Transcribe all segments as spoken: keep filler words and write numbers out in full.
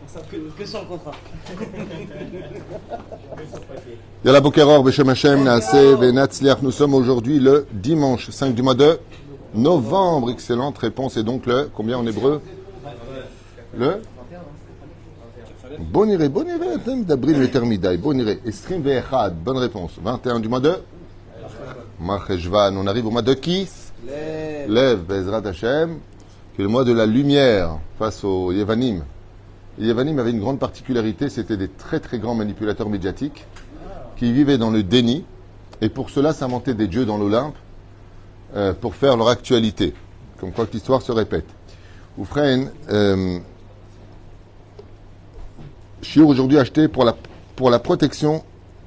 Que, que sur le contrat. Yalla Bokeror, Beshem Hashem, Naaseh, Venatzliach. Nous sommes aujourd'hui le dimanche cinq du mois de novembre. Excellente réponse. Et donc le, combien en hébreu? Le Boniré, Boniré, Dabrim et Termidaï, Boniré, Estrim Ve'echad, bonne réponse. vingt et un du mois de Marcheshvan. On arrive au mois de qui? Lev, Bezrat Hashem, qui est le mois de la lumière face aux Yevanim. Les Yevanim avaient une grande particularité, c'était des très très grands manipulateurs médiatiques qui vivaient dans le déni et pour cela s'inventaient des dieux dans l'Olympe euh, pour faire leur actualité. Comme quoi que l'histoire se répète. Oufren, euh, Chiour aujourd'hui acheté pour la, pour la protection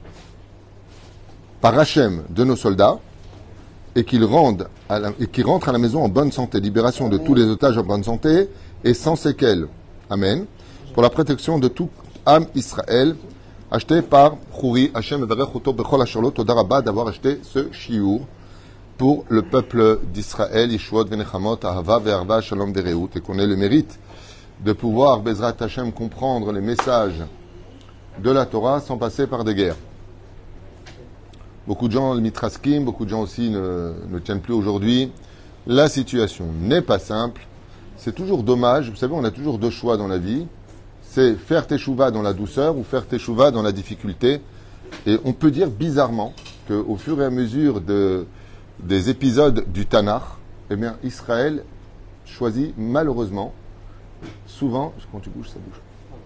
par Hachem de nos soldats et qu'ils rendent à la, et qu'ils rentrent à la maison en bonne santé. Libération de tous les otages en bonne santé et sans séquelles. Amen. Pour la protection de tout âme Israël, acheté par Chouri, Hachem Evarech Oto Bechol Asherlo, Toda Rabba d'avoir acheté ce chiour pour le peuple d'Israël, Yeshuot Venechamot, Ahava Ve'arva Shalom Vereut, et qu'on ait le mérite de pouvoir, Bezrat Hachem, comprendre les messages de la Torah sans passer par des guerres. Beaucoup de gens, le mitraskim, beaucoup de gens aussi ne, ne tiennent plus aujourd'hui. La situation n'est pas simple. C'est toujours dommage. Vous savez, on a toujours deux choix dans la vie. C'est faire teshuva dans la douceur ou faire teshuva dans la difficulté. Et on peut dire bizarrement qu'au fur et à mesure de, des épisodes du Tanakh, eh bien, Israël choisit malheureusement, souvent, quand tu bouges, ça bouge,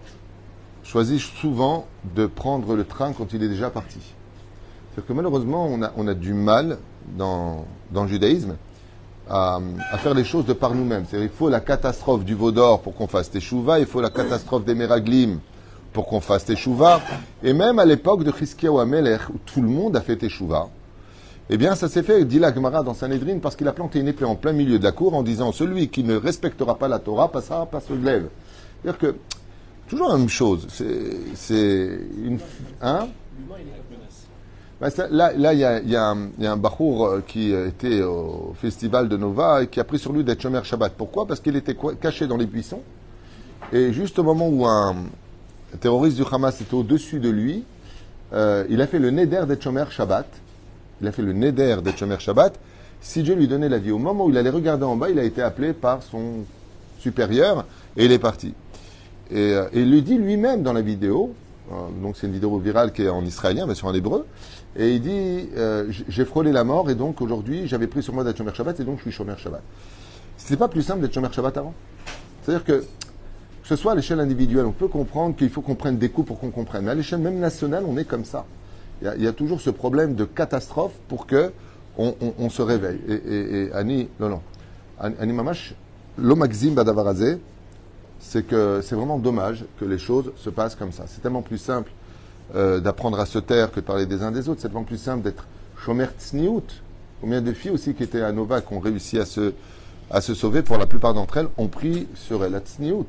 choisit souvent de prendre le train quand il est déjà parti. C'est-à-dire que malheureusement, on a, on a du mal dans, dans le judaïsme à, à faire les choses de par nous-mêmes. C'est-à-dire qu'il faut la catastrophe du veau d'or pour qu'on fasse teshuva, il faut la catastrophe des Meraglim pour qu'on fasse teshuva. Et même à l'époque de Chizkiyahu HaMelech, où tout le monde a fait teshuva, eh bien ça s'est fait, dit la Gemara dans Sanhedrin, parce qu'il a planté une épée en plein milieu de la cour en disant « Celui qui ne respectera pas la Torah passera par ce glaive ». C'est-à-dire que, toujours la même chose, c'est, c'est une... Hein L'humain, il est comme menace. Ben ça, là, là, il y a, y a un, y a un bachour qui était au festival de Nova et qui a pris sur lui d'être Shomer Shabbat. Pourquoi? Parce qu'il était caché dans les buissons. Et juste au moment où un terroriste du Hamas était au-dessus de lui, euh, il a fait le neder d'être Shomer Shabbat. Il a fait le neder d'être Shomer Shabbat. Si Dieu lui donnait la vie, au moment où il allait regarder en bas, il a été appelé par son supérieur et il est parti. Et, euh, et il le dit lui-même dans la vidéo. Donc c'est une vidéo virale qui est en israélien, mais sur en hébreu. Et il dit, euh, j'ai frôlé la mort et donc aujourd'hui j'avais pris sur moi d'être Shomer Shabbat et donc je suis Shomer Shabbat. C'était pas plus simple d'être Shomer Shabbat avant? C'est-à-dire que, que ce soit à l'échelle individuelle, on peut comprendre qu'il faut qu'on prenne des coups pour qu'on comprenne. Mais à l'échelle même nationale, on est comme ça. Il y a, il y a toujours ce problème de catastrophe pour que on, on, on se réveille. Et, et, et Annie, non, non. Annie Mamash, l'omagzim badavarazé, c'est que c'est vraiment dommage que les choses se passent comme ça. C'est tellement plus simple euh, d'apprendre à se taire que de parler des uns des autres. C'est tellement plus simple d'être Shomer Tzniout. Combien de filles aussi qui étaient à Nova qui ont réussi à se, à se sauver, pour la plupart d'entre elles, ont pris sur la Tzniout.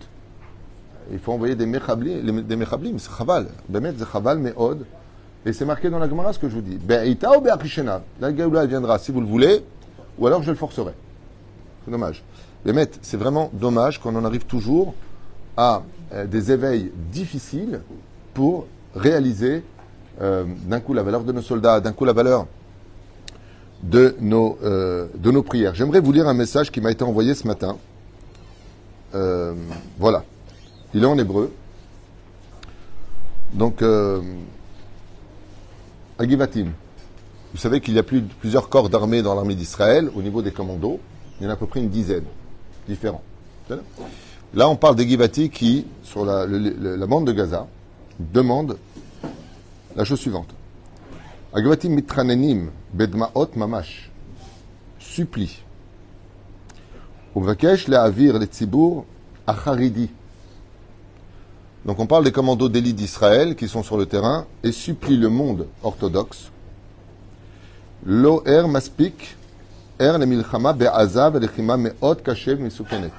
Il faut envoyer des mechablim, des mechablim, c'est chaval. Bemet, c'est chaval, me'od. Et c'est marqué dans la Gemara ce que je vous dis. Be'ita ou be'achishena. La Géoula, elle viendra si vous le voulez, ou alors je le forcerai. C'est dommage. Bemet, c'est vraiment dommage qu'on en arrive toujours à euh, des éveils difficiles pour réaliser euh, d'un coup la valeur de nos soldats, d'un coup la valeur de nos, euh, de nos prières. J'aimerais vous lire un message qui m'a été envoyé ce matin. Euh, voilà. Il est en hébreu. Donc, euh, à Givatim. Vous savez qu'il y a plus, plusieurs corps d'armée dans l'armée d'Israël. Au niveau des commandos, il y en a à peu près une dizaine différents. Là, on parle des Givati qui, sur la, le, le, la bande de Gaza, demandent la chose suivante. Agivati mitranenim bedmaot mamash, supplie. Uvakesh le'avir le tzibur acharidi. Donc on parle des commandos d'élite d'Israël qui sont sur le terrain et supplie le monde orthodoxe. Lo er maspik er le milchama be'aza ve'lechima me'ot kashev misukenet.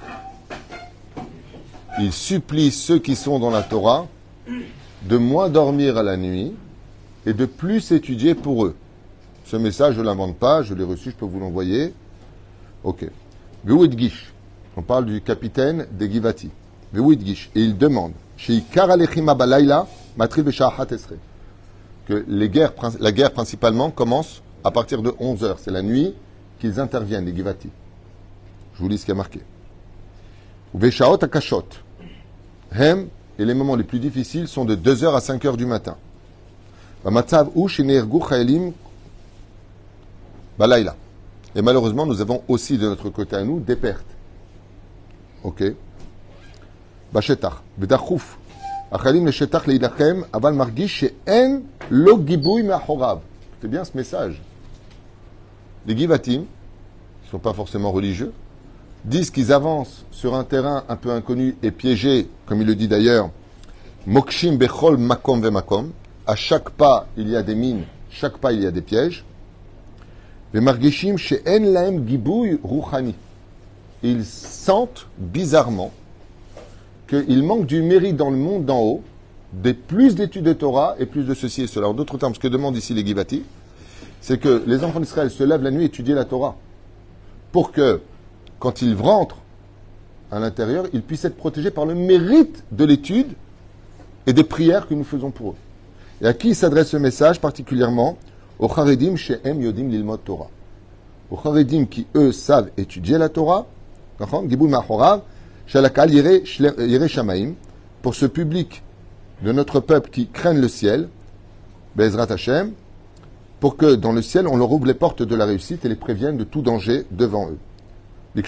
Il supplie ceux qui sont dans la Torah de moins dormir à la nuit et de plus étudier pour eux. Ce message, je ne l'invente pas, je l'ai reçu, je peux vous l'envoyer. Ok. Ve'uid gish. On parle du capitaine des Givati. Ve'uid gish. Et il demande, sheikar alechima balayla matril b'sha'achat esrei. Que les guerres, la guerre principalement commence à partir de onze heures. C'est la nuit qu'ils interviennent, les Givati. Je vous lis ce qui est marqué. Veshaot akashot. Hem, et les moments les plus difficiles sont de deux heures à cinq heures du matin. Vamatzav u sheneergu chayalim balayla. Et malheureusement, nous avons aussi de notre côté à nous des pertes. Ok. Bashetach. Bedachouf. Achalim le shetach leilachem aval margish she'en lo giboui me'achorav. C'est bien ce message. Les Givatim, qui ne sont pas forcément religieux, disent qu'ils avancent sur un terrain un peu inconnu et piégé, comme il le dit d'ailleurs, Mokshim bechol makom ve makom. À chaque pas, il y a des mines, chaque pas, il y a des pièges. Ve margishim she'en lahem gibouy ruchani. Ils sentent bizarrement qu'il manque du mérite dans le monde d'en haut, des plus d'études de Torah et plus de ceci et cela. En d'autres termes, ce que demandent ici les Givati, c'est que les enfants d'Israël se lèvent la nuit et étudient la Torah pour que, quand ils rentrent à l'intérieur, ils puissent être protégés par le mérite de l'étude et des prières que nous faisons pour eux. Et à qui s'adresse ce message particulièrement? Aux Charedim she'em yodim lilmod Torah. Aux Charedim qui, eux, savent étudier la Torah, Giboul Mahorav, Shalakal Yere Shamaim, pour ce public de notre peuple qui craignent le ciel, Bezrat Hashem, pour que dans le ciel, on leur ouvre les portes de la réussite et les prévienne de tout danger devant eux. Et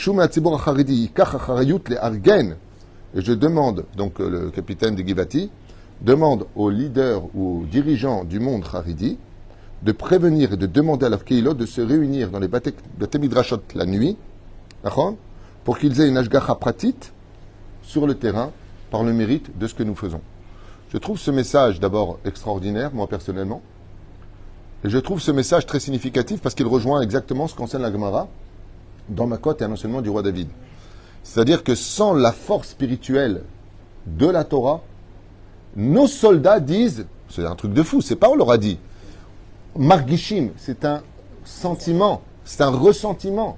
je demande, donc le capitaine des Givati, demande aux leaders ou aux dirigeants du monde Haridi de prévenir et de demander à leurs Keilot de se réunir dans les Bate Midrashot la nuit, pour qu'ils aient une ashgacha pratique sur le terrain par le mérite de ce que nous faisons. Je trouve ce message d'abord extraordinaire, moi personnellement, et je trouve ce message très significatif parce qu'il rejoint exactement ce qu'enseigne la Gemara dans Makot et un enseignement du roi David. C'est-à-dire que sans la force spirituelle de la Torah, nos soldats disent, c'est un truc de fou, c'est pas on leur a dit, Margishim, c'est un sentiment, c'est un ressentiment.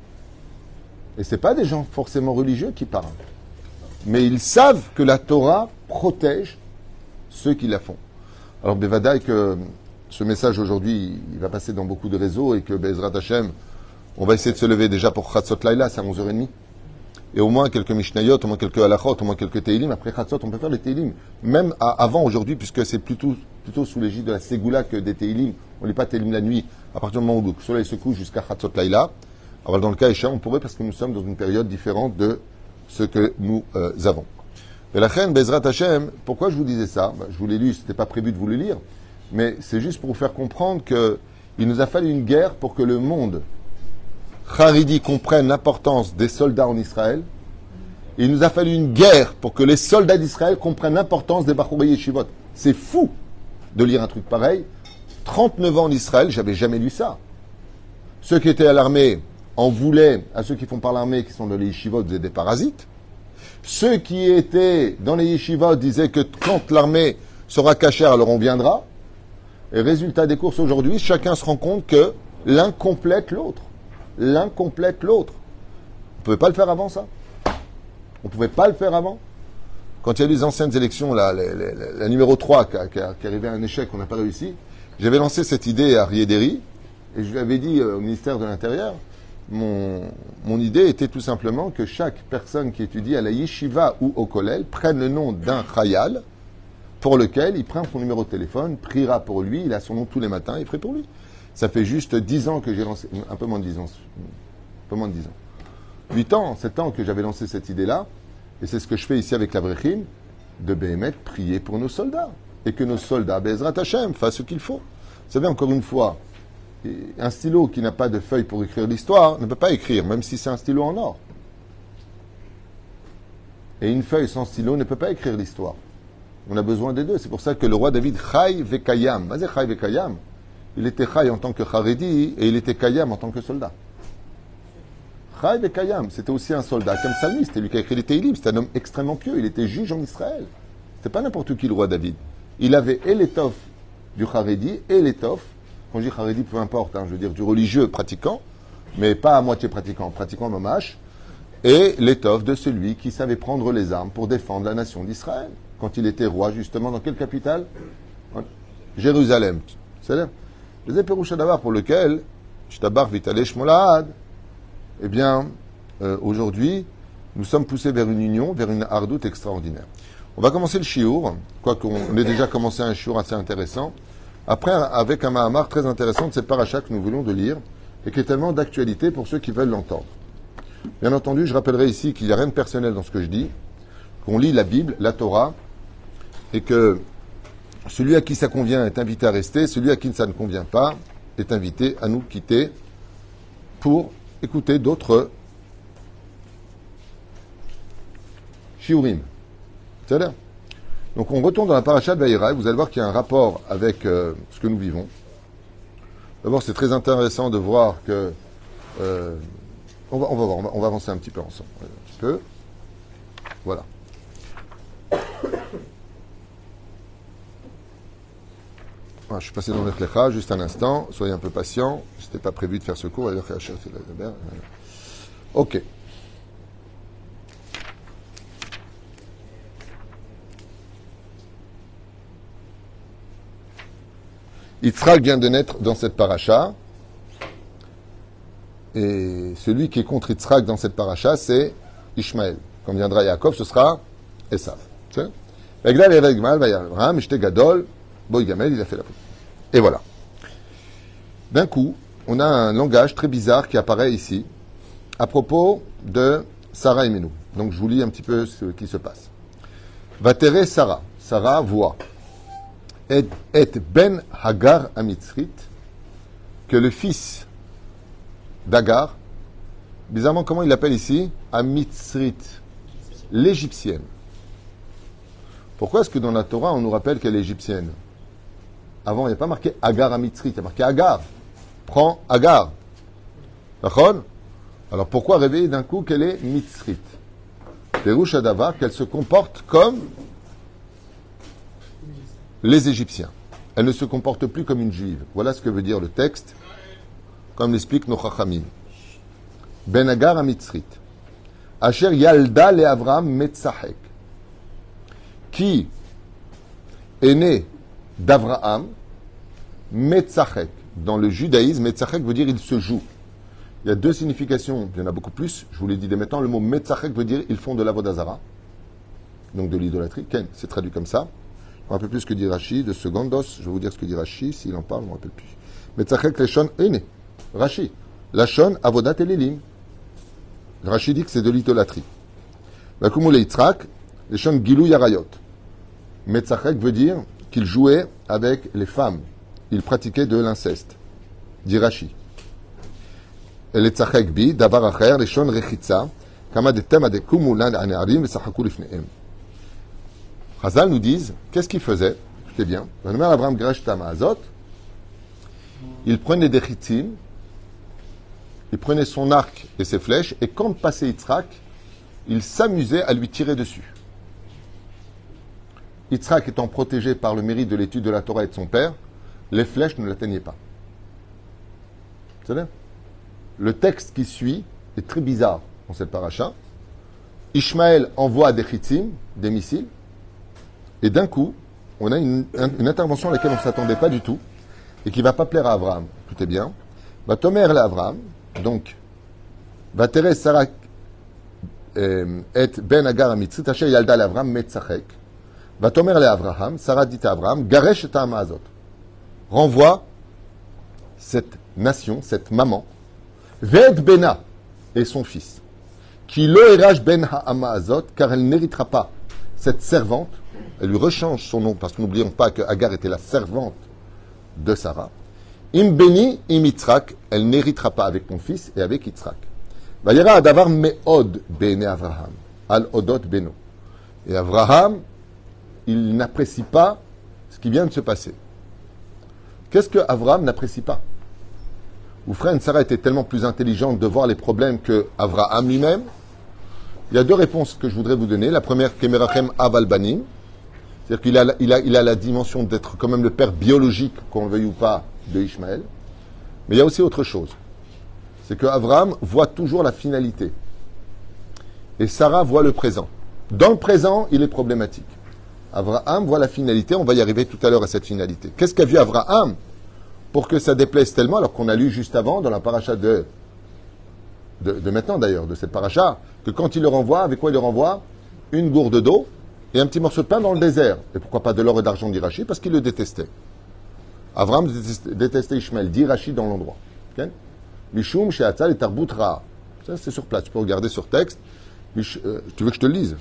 Et ce n'est pas des gens forcément religieux qui parlent. Mais ils savent que la Torah protège ceux qui la font. Alors, Bevadaï, que ce message aujourd'hui, il va passer dans beaucoup de réseaux et que Bezrat Hashem, on va essayer de se lever déjà pour Chatzot Laïla, c'est à onze heures trente. Et au moins quelques Mishnayot, au moins quelques Halachot, au moins quelques Teilim. Après Chatzot, on peut faire les Teilim. Même à, avant aujourd'hui, puisque c'est plutôt, plutôt sous l'égide de la Ségoula que des Teilim. On ne lit pas Teilim la nuit, à partir du moment où le soleil se couche jusqu'à Chatzot Laïla. Alors dans le cas échéant, on pourrait parce que nous sommes dans une période différente de ce que nous euh, avons. Et la reine Bezrat Hashem, pourquoi je vous disais ça? Ben, je vous l'ai lu, ce n'était pas prévu de vous le lire, mais c'est juste pour vous faire comprendre qu'il nous a fallu une guerre pour que le monde Haridi comprenne l'importance des soldats en Israël. Et il nous a fallu une guerre pour que les soldats d'Israël comprennent l'importance des Bachouray Yeshivot. C'est fou de lire un truc pareil. trente-neuf ans en Israël, j'avais jamais lu ça. Ceux qui étaient à l'armée en voulaient à ceux qui font par l'armée, qui sont dans les yeshivot, disaient des parasites. Ceux qui étaient dans les yeshivot disaient que quand l'armée sera cachère, alors on viendra. Et résultat des courses aujourd'hui, chacun se rend compte que l'un complète l'autre. L'un complète l'autre. On ne pouvait pas le faire avant ça. On ne pouvait pas le faire avant. Quand il y a eu les anciennes élections, là, la, la, la, la numéro trois qui, a, qui, a, qui arrivait à un échec, on n'a pas réussi, j'avais lancé cette idée à Riederi et je lui avais dit euh, au ministère de l'Intérieur, Mon, mon idée était tout simplement que chaque personne qui étudie à la yeshiva ou au kollel prenne le nom d'un chayal pour lequel il prend son numéro de téléphone, priera pour lui, il a son nom tous les matins, il prie pour lui. Ça fait juste dix ans que j'ai lancé, un peu moins de dix ans, un peu moins de dix ans. huit ans, sept ans que j'avais lancé cette idée-là, et c'est ce que je fais ici avec la Brechim, de Béhémet, prier pour nos soldats, et que nos soldats, Bezrat Hashem, fassent ce qu'il faut. Vous savez, encore une fois, un stylo qui n'a pas de feuille pour écrire l'histoire ne peut pas écrire, même si c'est un stylo en or. Et une feuille sans stylo ne peut pas écrire l'histoire. On a besoin des deux. C'est pour ça que le roi David, Chai Vekayam, Mazé Chai Vekayam, il était Chai en tant que Haredi et il était Kayam en tant que soldat. Chai Vekayam, c'était aussi un soldat comme Salmi, c'était lui qui a écrit les Teilim, c'était un homme extrêmement pieux, il était juge en Israël. C'était pas n'importe qui le roi David. Il avait et l'étoffe du Haredi et l'étoffe. Quand je dis Haredi, peu importe, hein, je veux dire du religieux pratiquant, mais pas à moitié pratiquant, pratiquant mamash, et l'étoffe de celui qui savait prendre les armes pour défendre la nation d'Israël. Quand il était roi, justement, dans quelle capitale? Jérusalem. C'est-à-dire, les Péroucha d'Avar pour lequel, Shtabar Vitalesh Molad, eh bien, euh, aujourd'hui, nous sommes poussés vers une union, vers une hardoute extraordinaire. On va commencer le shiur, quoique on ait déjà commencé un shiur assez intéressant. Après, avec un mahamar très intéressant de cette paracha que nous voulons de lire, et qui est tellement d'actualité pour ceux qui veulent l'entendre. Bien entendu, je rappellerai ici qu'il n'y a rien de personnel dans ce que je dis, qu'on lit la Bible, la Torah, et que celui à qui ça convient est invité à rester, celui à qui ça ne convient pas est invité à nous quitter pour écouter d'autres shiurim. C'est-à-dire, donc on retourne dans la paracha de Vaïra, vous allez voir qu'il y a un rapport avec euh, ce que nous vivons. D'abord, c'est très intéressant de voir que euh, on, va, on va voir, on va, on va avancer un petit peu ensemble, un petit peu. Voilà. Voilà, je suis passé dans le Khlecha, juste un instant, soyez un peu patients. C'était pas prévu de faire ce cours. Ok. Yitzhak vient de naître dans cette paracha. Et celui qui est contre Yitzhak dans cette paracha, c'est Ishmaël. Quand viendra Yaakov, ce sera Esav. C'est Boïgamel, il a fait la faute. Et voilà. D'un coup, on a un langage très bizarre qui apparaît ici, à propos de Sarah et Menou. Donc je vous lis un petit peu ce qui se passe. Vatere Sarah. Sarah voit. Et, et Ben Hagar Amitzrit, que le fils d'Agar, bizarrement, comment il l'appelle ici? Amitzrit, l'égyptienne. Pourquoi est-ce que dans la Torah, on nous rappelle qu'elle est égyptienne? Avant, il n'y a pas marqué Agar Amitzrit, il y a marqué Agar. Prends Agar. D'accord? Alors pourquoi réveiller d'un coup qu'elle est Mitzrit? Pérouche Adava, qu'elle se comporte comme les Égyptiens. Elle ne se comporte plus comme une juive. Voilà ce que veut dire le texte, comme l'explique nos Chachamim. Ben Agar Amitzrit. Asher Yalda le Avram Metzahek. Qui est né d'Avraham, Metzachek. Dans le judaïsme, Metzachek veut dire il se joue. Il y a deux significations, il y en a beaucoup plus, je vous l'ai dit dès maintenant. Le mot Metzachek veut dire ils font de l'avodazara, donc de l'idolâtrie. Ken, c'est traduit comme ça. Je ne me rappelle plus ce que dit Rashi, de Secondos, je vais vous dire ce que dit Rashi, s'il en parle, je ne me rappelle plus. Metzachek Leshon Ene. Rashi. Lashon Avodat Elelim. Rashi dit que c'est de l'idolâtrie. Vakumule Yitzhak, Leshon Gilou Yarayot. Metzachek veut dire qu'il jouait avec les femmes. Il pratiquait de l'inceste. Dit Rashi. Letzachek bi, davar acher, leshon rechitza, kama de tema de kumulan anearim vesachaku lifneem. Chazal nous disent, qu'est-ce qu'il faisait? Écoutez bien. Abraham Gresh Tamazot, il prenait des chitzim, il prenait son arc et ses flèches, et quand passait Yitzhak, il s'amusait à lui tirer dessus. Yitzhak étant protégé par le mérite de l'étude de la Torah et de son père, les flèches ne l'atteignaient pas. Vous savez? Le texte qui suit est très bizarre dans cette paracha. Ishmaël envoie des chitzim, des missiles, et d'un coup, on a une, une intervention à laquelle on ne s'attendait pas du tout, et qui ne va pas plaire à Abraham. Écoutez bien. Va tomer la Abraham, donc, va terer Sarah et Ben Agar Amitzrit, Asher Yalda le Abraham Metzachek. Va tomer le Abraham, Sarah dit à Abraham, Garesh et Ta'amazot. Renvoie cette nation, cette maman, Ved Bena et son fils, qui l'oérage Ben Ha'amazot, car elle n'héritera pas cette servante. Elle lui rechange son nom, parce que n'oublions pas que Agar était la servante de Sarah. Im Beni, im Yitzhak, elle n'héritera pas avec mon fils et avec Yitzhak. Vayera Adavar Me'od Bene Avraham, Al Odot Beno. Et Avraham, il n'apprécie pas ce qui vient de se passer. Qu'est-ce que Avraham n'apprécie pas? Oufren, Sarah était tellement plus intelligente de voir les problèmes que Avraham lui-même. Il y a deux réponses que je voudrais vous donner. La première, Kemerachem Avalbanim, c'est-à-dire qu'il a, il a, il a la dimension d'être quand même le père biologique, qu'on le veuille ou pas, de Ishmaël. Mais il y a aussi autre chose. C'est que Avraham voit toujours la finalité. et Sarah voit le présent. Dans le présent, il est problématique. Abraham voit la finalité, on va y arriver tout à l'heure à cette finalité. Qu'est-ce qu'a vu Abraham pour que ça déplaise tellement, alors qu'on a lu juste avant, dans la paracha de, de, de maintenant d'ailleurs, de cette paracha, que quand il le renvoie, avec quoi il le renvoie? Une gourde d'eau et un petit morceau de pain dans le désert. Et pourquoi pas de l'or et d'argent, dit Rashi? Parce qu'il le détestait. Abraham détestait, détestait Ishmaël, dit Rashi dans l'endroit. Okay? Mishum she'atzal et tarbut ra. Ça, c'est sur place, tu peux regarder sur texte. Mish, euh, tu veux que je te le lise?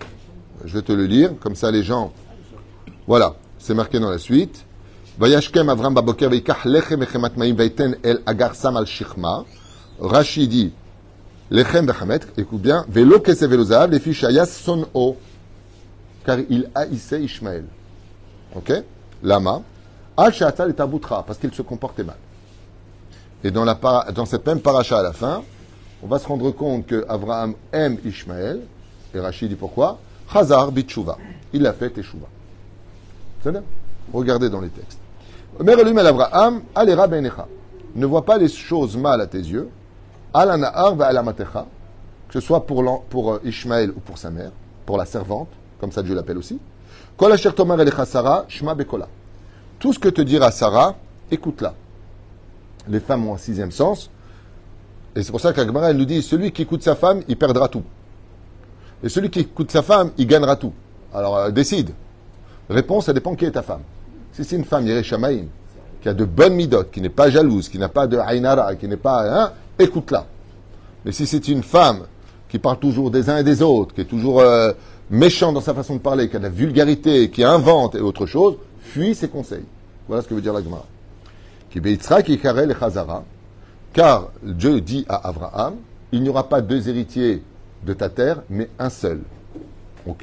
Je vais te le lire, comme ça les gens... Voilà, c'est marqué dans la suite. Vayashkem Avram baboker veikach lechem vechemat maim veiten el agar sam al shichma. Rashi dit, lechem vechemet, écoute bien, velo kese velo zahav, les fiches ayas son o, car il haïssait Ishmaël. Ok? Lama. Al she'atzal et tabutra, parce qu'il se comportait mal. Et dans, la para, dans cette même paracha à la fin, on va se rendre compte que Abraham aime Ishmaël, et Rashi dit pourquoi? Chazar bitshuva. Il a fait teshuva. C'est bien? Regardez dans les textes. Omer Elohim el Abraham, alera beinecha. Ne vois pas les choses mal à tes yeux. Ala nahar va ala matecha. Que ce soit pour, pour Ishmaël ou pour sa mère, pour la servante, comme ça Dieu l'appelle aussi. Kol asher tomar elecha Sarah, shma bekola. Tout ce que te dira Sarah, écoute-la. Les femmes ont un sixième sens. Et c'est pour ça qu'Agmara, elle nous dit, celui qui écoute sa femme, il perdra tout. Et celui qui écoute sa femme, il gagnera tout. Alors, euh, décide. Réponse, ça dépend qui est ta femme. Si c'est une femme, Yere Shamaim, qui a de bonnes midotes, qui n'est pas jalouse, qui n'a pas de Ainara, qui n'est pas... Hein, écoute-la. Mais si c'est une femme qui parle toujours des uns et des autres, qui est toujours euh, méchant dans sa façon de parler, qui a de la vulgarité, qui invente et autre chose, fuis ses conseils. Voilà ce que veut dire la Gemara. Qui beitsra qui karel et chazara, car Dieu dit à Abraham, il n'y aura pas deux héritiers de ta terre, mais un seul. Ok.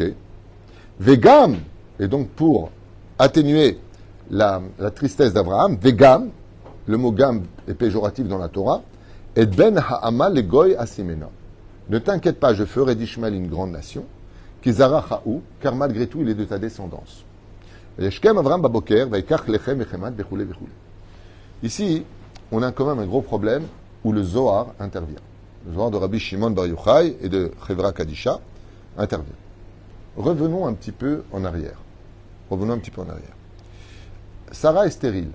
Vegam, et donc pour atténuer la, la tristesse d'Abraham, Vegam, le mot gam est péjoratif dans la Torah, et ben ha'ama le goy asimena. Ne t'inquiète pas, je ferai d'Ishmaël une grande nation, kizara ha'u, car malgré tout il est de ta descendance. Yeshkem Avraham baboker, vaikach lechem vechemat bechule bechule. Ici, on a quand même un gros problème où le Zohar intervient. Le Zohar de Rabbi Shimon Bar Yochai et de Chevra Kadisha intervient. Revenons un petit peu en arrière. Revenons un petit peu en arrière. Sarah est stérile.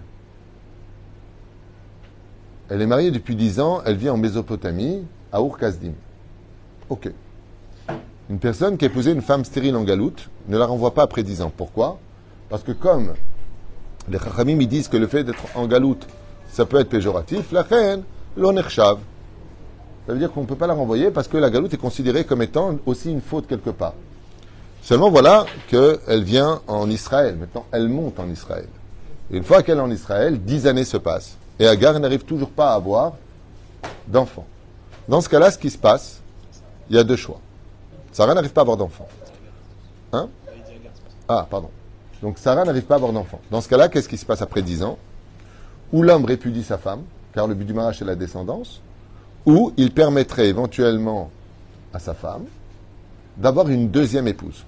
Elle est mariée depuis dix ans, elle vit en Mésopotamie, à Ur-Kasdim. Ok. Une personne qui a épousé une femme stérile en galoute ne la renvoie pas après dix ans. Pourquoi? Parce que comme les Chachamim ils disent que le fait d'être en galoute, ça peut être péjoratif, la reine, l'onerchav. Ça veut dire qu'on ne peut pas la renvoyer parce que la galoute est considérée comme étant aussi une faute quelque part. Seulement voilà qu'elle vient en Israël. Maintenant, elle monte en Israël. Et une fois qu'elle est en Israël, dix années se passent. Et Agar n'arrive toujours pas à avoir d'enfants. Dans ce cas-là, ce qui se passe, il y a deux choix. Sarah n'arrive pas à avoir d'enfants. Hein? Ah, pardon. Donc Sarah n'arrive pas à avoir d'enfants. Dans ce cas-là, qu'est-ce qui se passe après dix ans? Ou l'homme répudie sa femme, car le but du mariage c'est la descendance, ou il permettrait éventuellement à sa femme d'avoir une deuxième épouse.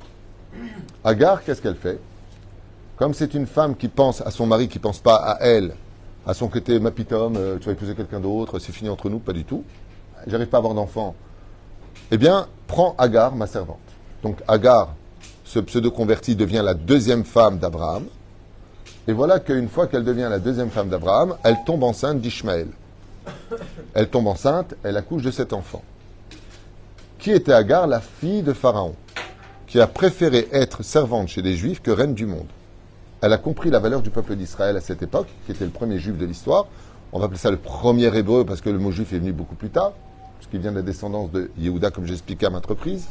Agar, qu'est-ce qu'elle fait? Comme c'est une femme qui pense à son mari, qui ne pense pas à elle, à son côté, ma pitom, euh, tu vas épouser quelqu'un d'autre, c'est fini entre nous, pas du tout. J'arrive pas à avoir d'enfant. Eh bien, prends Agar, ma servante. Donc Agar, ce pseudo-converti, devient la deuxième femme d'Abraham. Et voilà qu'une fois qu'elle devient la deuxième femme d'Abraham, elle tombe enceinte d'Ishmaël. Elle tombe enceinte, elle accouche de cet enfant. Qui était Agar? La fille de Pharaon, qui a préféré être servante chez les Juifs que reine du monde. Elle a compris la valeur du peuple d'Israël à cette époque, qui était le premier juif de l'histoire. On va appeler ça le premier hébreu, parce que le mot juif est venu beaucoup plus tard, puisqu'il vient de la descendance de Yehuda, comme j'ai expliqué à maintes reprises.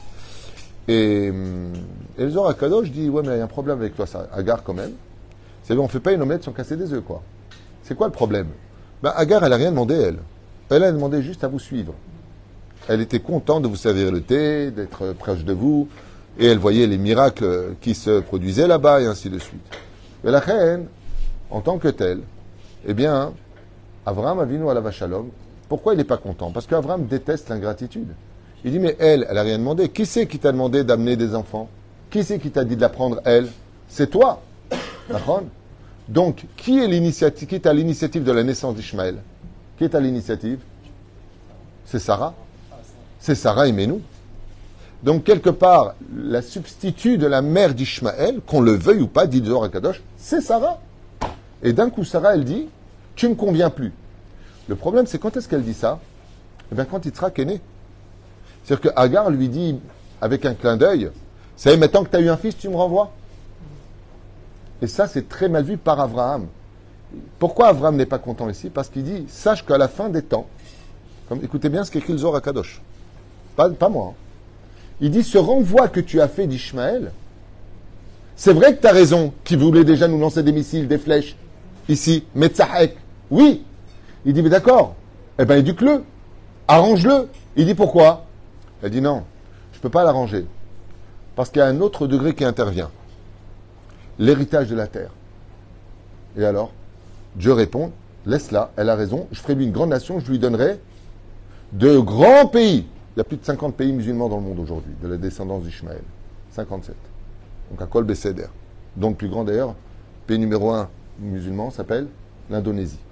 Et, et le Zohar HaKadosh dit, ouais, mais il y a un problème avec toi, ça, Agar, quand même. C'est on ne fait pas une omelette sans casser des œufs, quoi. C'est quoi le problème? Ben, Agar, elle n'a rien demandé, elle. Elle a demandé juste à vous suivre. Elle était contente de vous servir le thé, d'être proche de vous, et elle voyait les miracles qui se produisaient là-bas, et ainsi de suite. Mais la reine, en tant que telle, eh bien, Avraham Avinu alav shalom, pourquoi il n'est pas content? Parce qu'Avraham déteste l'ingratitude. Il dit, mais elle, elle n'a rien demandé. Qui c'est qui t'a demandé d'amener des enfants? Qui c'est qui t'a dit de la prendre, elle? C'est toi. D'accord? Donc, qui est l'initiative, qui est à l'initiative de la naissance d'Ishmaël? Qui est à l'initiative? C'est Sarah. C'est Sarah, aimez-nous. Donc, quelque part, la substitut de la mère d'Ishmaël, qu'on le veuille ou pas, dit Zohar HaKadosh, c'est Sarah. Et d'un coup, Sarah, elle dit, tu ne me conviens plus. Le problème, c'est quand est-ce qu'elle dit ça? Eh bien, quand Yitzhak est né. C'est-à-dire que Agar lui dit, avec un clin d'œil, c'est maintenant que tu as eu un fils, tu me renvoies. Et ça, c'est très mal vu par Abraham. Pourquoi Abraham n'est pas content ici? Parce qu'il dit, sache qu'à la fin des temps, comme, écoutez bien ce qu'écrit le Zohar HaKadosh, pas, pas moi, hein. Il dit, ce renvoi que tu as fait d'Ishmaël, c'est vrai que tu as raison, qui voulait déjà nous lancer des missiles, des flèches, ici, Metzahek, oui. Il dit, mais d'accord, eh bien éduque-le, arrange-le. Il dit, pourquoi? Elle dit, non, je ne peux pas l'arranger, parce qu'il y a un autre degré qui intervient, l'héritage de la terre. Et alors, Dieu répond, laisse-la, elle a raison, je ferai lui une grande nation, je lui donnerai de grands pays. Il y a plus de cinquante pays musulmans dans le monde aujourd'hui, de la descendance d'Ishmaël. cinquante-sept. Donc à Kol Besséder. Donc le plus grand d'ailleurs, pays numéro un musulman s'appelle l'Indonésie.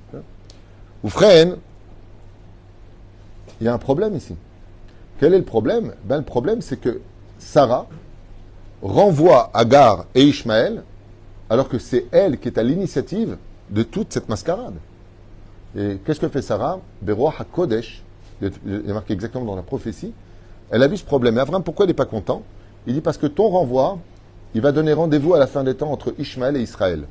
Ou frère, il y a un problème ici. Quel est le problème? Ben, le problème, c'est que Sarah renvoie Agar et Ishmaël, alors que c'est elle qui est à l'initiative de toute cette mascarade. Et qu'est-ce que fait Sarah? Beroach HaKodesh, il est marqué exactement dans la prophétie, elle a vu ce problème. Et Abraham, pourquoi il n'est pas content? Il dit parce que ton renvoi, il va donner rendez-vous à la fin des temps entre Ishmaël et Israël.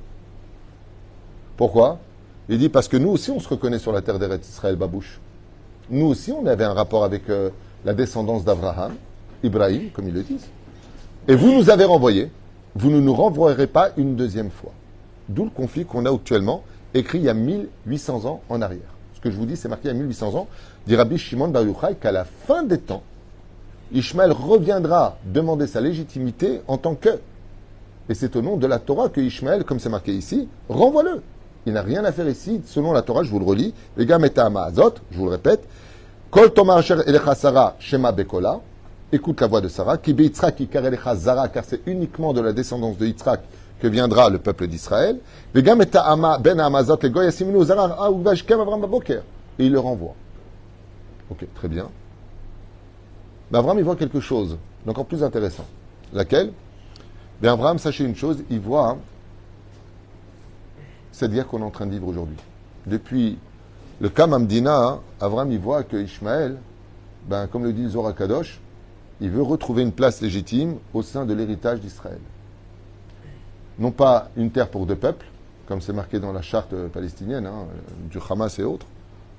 Pourquoi? Il dit parce que nous aussi, on se reconnaît sur la terre d'Eretz Israël, Babouche. Nous aussi, on avait un rapport avec euh, la descendance d'Abraham, Ibrahim, comme ils le disent. Et vous nous avez renvoyés, vous ne nous renvoierez pas une deuxième fois. D'où le conflit qu'on a actuellement, écrit il y a mille huit cents ans en arrière. Ce que je vous dis, c'est marqué il y a mille huit cents ans, dit Rabbi Shimon Bar Yochai, qu'à la fin des temps, Ishmaël reviendra demander sa légitimité en tant que. Et c'est au nom de la Torah que Ishmaël, comme c'est marqué ici, renvoie-le. Il n'a rien à faire ici, selon la Torah, je vous le relis. Les gars, metta Amazot, je vous le répète. Kol Tomar Asher Elecha Sarah Shema Bekola. Écoute la voix de Sarah. Ki be Yitzhak Ikar Elecha Zara, car c'est uniquement de la descendance de Yitzhak que viendra le peuple d'Israël. Les gars, metta Ama Ben Amazot, les Goy Yasiminu Zara, Ah Uvashkem Avram Baboker. Et il le renvoie. Ok, très bien. Ben, Abraham, il voit quelque chose d'encore plus intéressant. Laquelle? Ben, Abraham, sachez une chose, il voit cette guerre qu'on est en train de vivre aujourd'hui. Depuis le cas Mamdina, Abraham, il voit que Ishmaël, ben, comme le dit le Zohar HaKadosh, il veut retrouver une place légitime au sein de l'héritage d'Israël. Non pas une terre pour deux peuples, comme c'est marqué dans la charte palestinienne, hein, du Hamas et autres.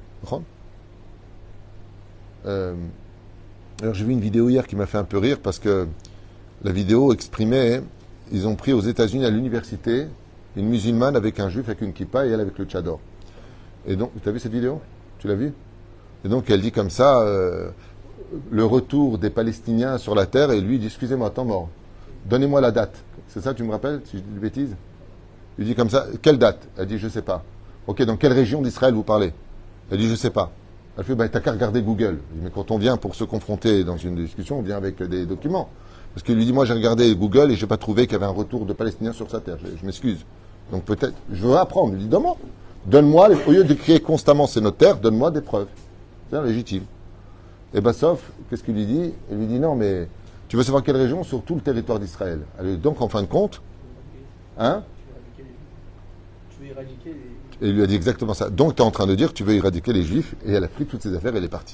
Euh, alors j'ai vu une vidéo hier qui m'a fait un peu rire parce que la vidéo exprimait, ils ont pris aux États-Unis à l'université une musulmane avec un juif avec une kippa et elle avec le tchador. Et donc, tu as vu cette vidéo? Tu l'as vue? Et donc elle dit comme ça, euh, le retour des Palestiniens sur la terre, et lui il dit, excusez-moi, temps mort, donnez-moi la date. C'est ça, tu me rappelles, si je dis des bêtises? Il dit comme ça, quelle date? Elle dit, je sais pas. Ok, dans quelle région d'Israël vous parlez? Elle dit, je sais pas. Elle fait, bah, t'as qu'à regarder Google. Je dis, mais quand on vient pour se confronter dans une discussion, on vient avec des documents. Parce qu'il lui dit, moi j'ai regardé Google et j'ai pas trouvé qu'il y avait un retour de Palestiniens sur sa terre. Je, je m'excuse. Donc peut-être, je veux apprendre. Il dit, donne-moi. Donne-moi, au lieu de crier constamment c'est notre terre, donne-moi des preuves. C'est légitime. Et ben sauf, qu'est-ce qu'il lui dit? Il lui dit, non mais, tu veux savoir quelle région? Sur tout le territoire d'Israël. Donc en fin de compte, hein? Tu veux éradiquer les... Et il lui a dit exactement ça. Donc tu es en train de dire que tu veux éradiquer les Juifs, et elle a pris toutes ses affaires et elle est partie.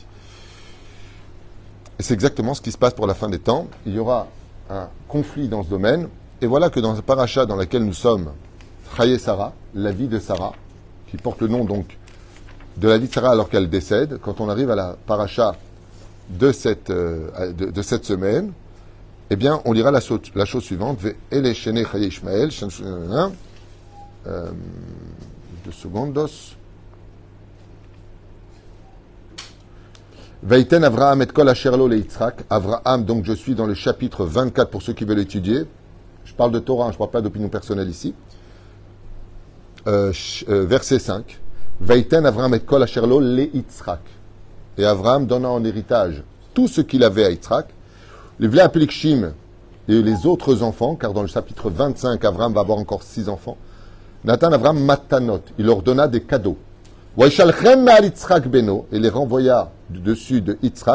Et c'est exactement ce qui se passe pour la fin des temps. Il y aura un conflit dans ce domaine. Et voilà que dans la paracha dans laquelle nous sommes, Chaye Sarah, la vie de Sarah, qui porte le nom donc de la vie de Sarah alors qu'elle décède, quand on arrive à la paracha de cette, euh, de, de cette semaine, eh bien, on lira la, la chose suivante. Ele shene Chaye Ishmael, euh, deux secondos. Vaïten Avraham et kol asherlo le Yitzhak. Avraham, donc je suis dans le chapitre vingt-quatre pour ceux qui veulent étudier. Je parle de Torah, je ne parle pas d'opinion personnelle ici. Euh, euh, verset cinq. Vaïten Avraham et kol asherlo le Yitzhak. Et Avraham donna en héritage tout ce qu'il avait à Yitzhak. Les vlé Apelikshim et les autres enfants, car dans le chapitre vingt-cinq, Avraham va avoir encore six enfants. Nathan Avraham matanot. Il leur donna des cadeaux. Et les renvoya du dessus de Yitzhak,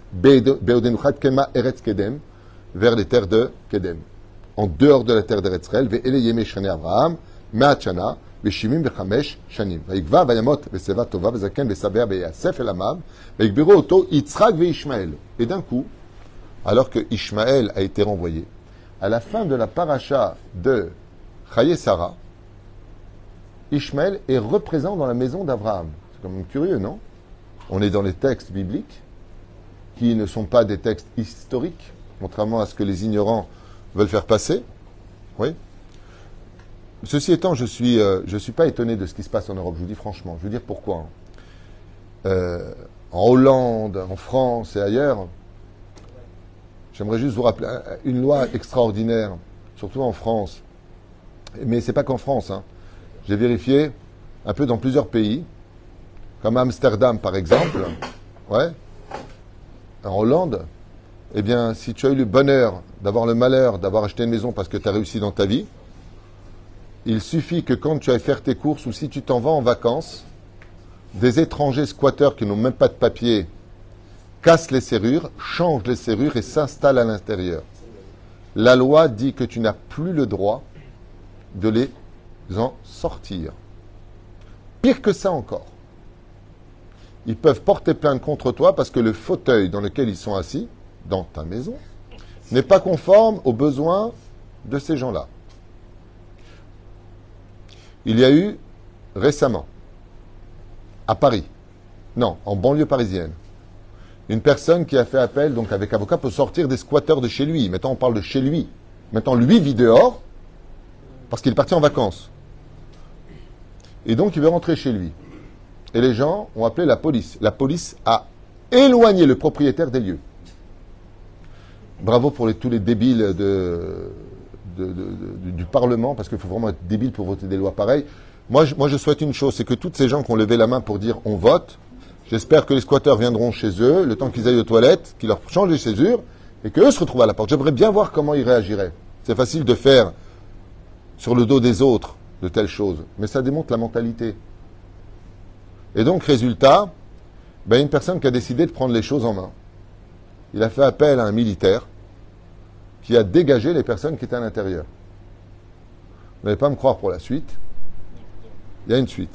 Beodenuchat Kema Eretz Kedem, vers les terres de Kedem, en dehors de la terre d'Eretz Israël, Ve'ele Yemei Shane Abraham, Me'at Shana, Ve'shimim Ve'chamesh Shanim. Vayikva Vayamot Ve'seva Tova Ve'zaken Ve'saber Ve'yasef El Amam, Ve'yikbiru Oto Yitzchak Ve'Ishmael. Et d'un coup, alors que Ishmaël a été renvoyé, à la fin de la paracha de Chaye Sarah, Ishmaël est représenté dans la maison d'Abraham. C'est quand même curieux, non? On est dans les textes bibliques, qui ne sont pas des textes historiques, contrairement à ce que les ignorants veulent faire passer. Oui. Ceci étant, je ne suis, euh, je suis pas étonné de ce qui se passe en Europe, je vous dis franchement. Je veux dire pourquoi. Euh, en Hollande, en France et ailleurs, j'aimerais juste vous rappeler une loi extraordinaire, surtout en France. Mais c'est pas qu'en France, hein. J'ai vérifié un peu dans plusieurs pays, comme Amsterdam par exemple, ouais, en Hollande, eh bien, si tu as eu le bonheur d'avoir le malheur d'avoir acheté une maison parce que tu as réussi dans ta vie, il suffit que quand tu ailles faire tes courses ou si tu t'en vas en vacances, des étrangers squatteurs qui n'ont même pas de papier cassent les serrures, changent les serrures et s'installent à l'intérieur. La loi dit que tu n'as plus le droit de les en sortir. Pire que ça encore. Ils peuvent porter plainte contre toi parce que le fauteuil dans lequel ils sont assis, dans ta maison, n'est pas conforme aux besoins de ces gens-là. Il y a eu récemment, à Paris, non, en banlieue parisienne, une personne qui a fait appel, donc avec avocat, pour sortir des squatteurs de chez lui. Maintenant, on parle de chez lui. Maintenant, lui vit dehors parce qu'il est parti en vacances. Et donc, il veut rentrer chez lui. Et les gens ont appelé la police. La police a éloigné le propriétaire des lieux. Bravo pour les, tous les débiles de, de, de, de, du Parlement, parce qu'il faut vraiment être débile pour voter des lois pareilles. Moi je, moi, je souhaite une chose, c'est que toutes ces gens qui ont levé la main pour dire on vote, j'espère que les squatteurs viendront chez eux, le temps qu'ils aillent aux toilettes, qu'ils leur changent les césures, et qu'eux se retrouvent à la porte. J'aimerais bien voir comment ils réagiraient. C'est facile de faire sur le dos des autres de telles choses, mais ça démontre la mentalité. Et donc, résultat, ben, une personne qui a décidé de prendre les choses en main. Il a fait appel à un militaire qui a dégagé les personnes qui étaient à l'intérieur. Vous n'allez pas me croire pour la suite. Il y a une suite.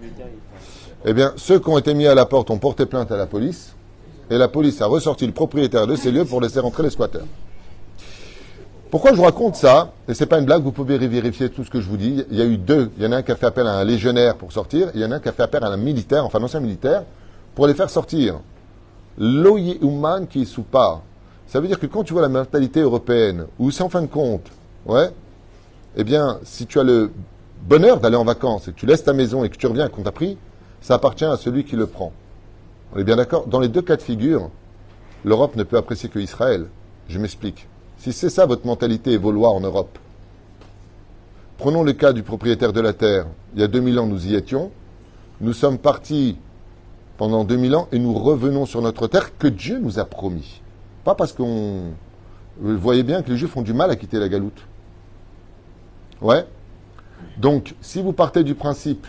Eh bien, ceux qui ont été mis à la porte ont porté plainte à la police, et la police a ressorti le propriétaire de ces lieux pour laisser rentrer les squatteurs. Pourquoi je vous raconte ça? Et c'est pas une blague, vous pouvez vérifier tout ce que je vous dis. Il y a eu deux. Il y en a un qui a fait appel à un légionnaire pour sortir, et il y en a un qui a fait appel à un militaire, enfin un ancien militaire, pour les faire sortir. L'oye human qui soupa. Ça veut dire que quand tu vois la mentalité européenne, où c'est en fin de compte, ouais, eh bien, si tu as le bonheur d'aller en vacances et que tu laisses ta maison et que tu reviens qu'on t'a pris, ça appartient à celui qui le prend. On est bien d'accord? Dans les deux cas de figure, l'Europe ne peut apprécier que Israël. Je m'explique. Si c'est ça votre mentalité et vos lois en Europe, prenons le cas du propriétaire de la terre. Il y a deux mille ans, nous y étions. Nous sommes partis pendant deux mille ans et nous revenons sur notre terre que Dieu nous a promis. Pas parce qu'on... Vous voyez bien que les Juifs ont du mal à quitter la galoute. Ouais. Donc, si vous partez du principe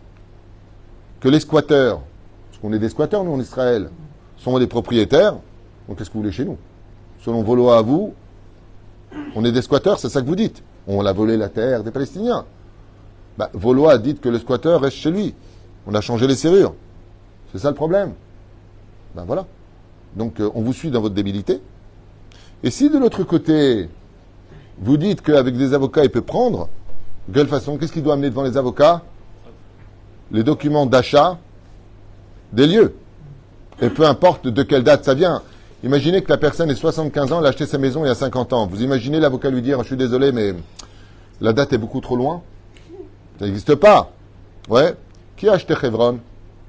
que les squatteurs, parce qu'on est des squatteurs, nous, en Israël, sont des propriétaires, donc qu'est-ce que vous voulez chez nous? Selon vos lois à vous, on est des squatteurs, c'est ça que vous dites. On a volé la terre des Palestiniens. Bah, vos lois dites que le squatteur reste chez lui. On a changé les serrures. C'est ça le problème. Ben voilà. Donc euh, on vous suit dans votre débilité. Et si de l'autre côté, vous dites qu'avec des avocats, il peut prendre, de quelle façon? Qu'est-ce qu'il doit amener devant les avocats? Les documents d'achat des lieux. Et peu importe de quelle date ça vient. Imaginez que la personne ait soixante-quinze ans, elle a acheté sa maison il y a cinquante ans. Vous imaginez l'avocat lui dire « Je suis désolé, mais la date est beaucoup trop loin ». Ça n'existe pas. Ouais. Qui a acheté Hebron?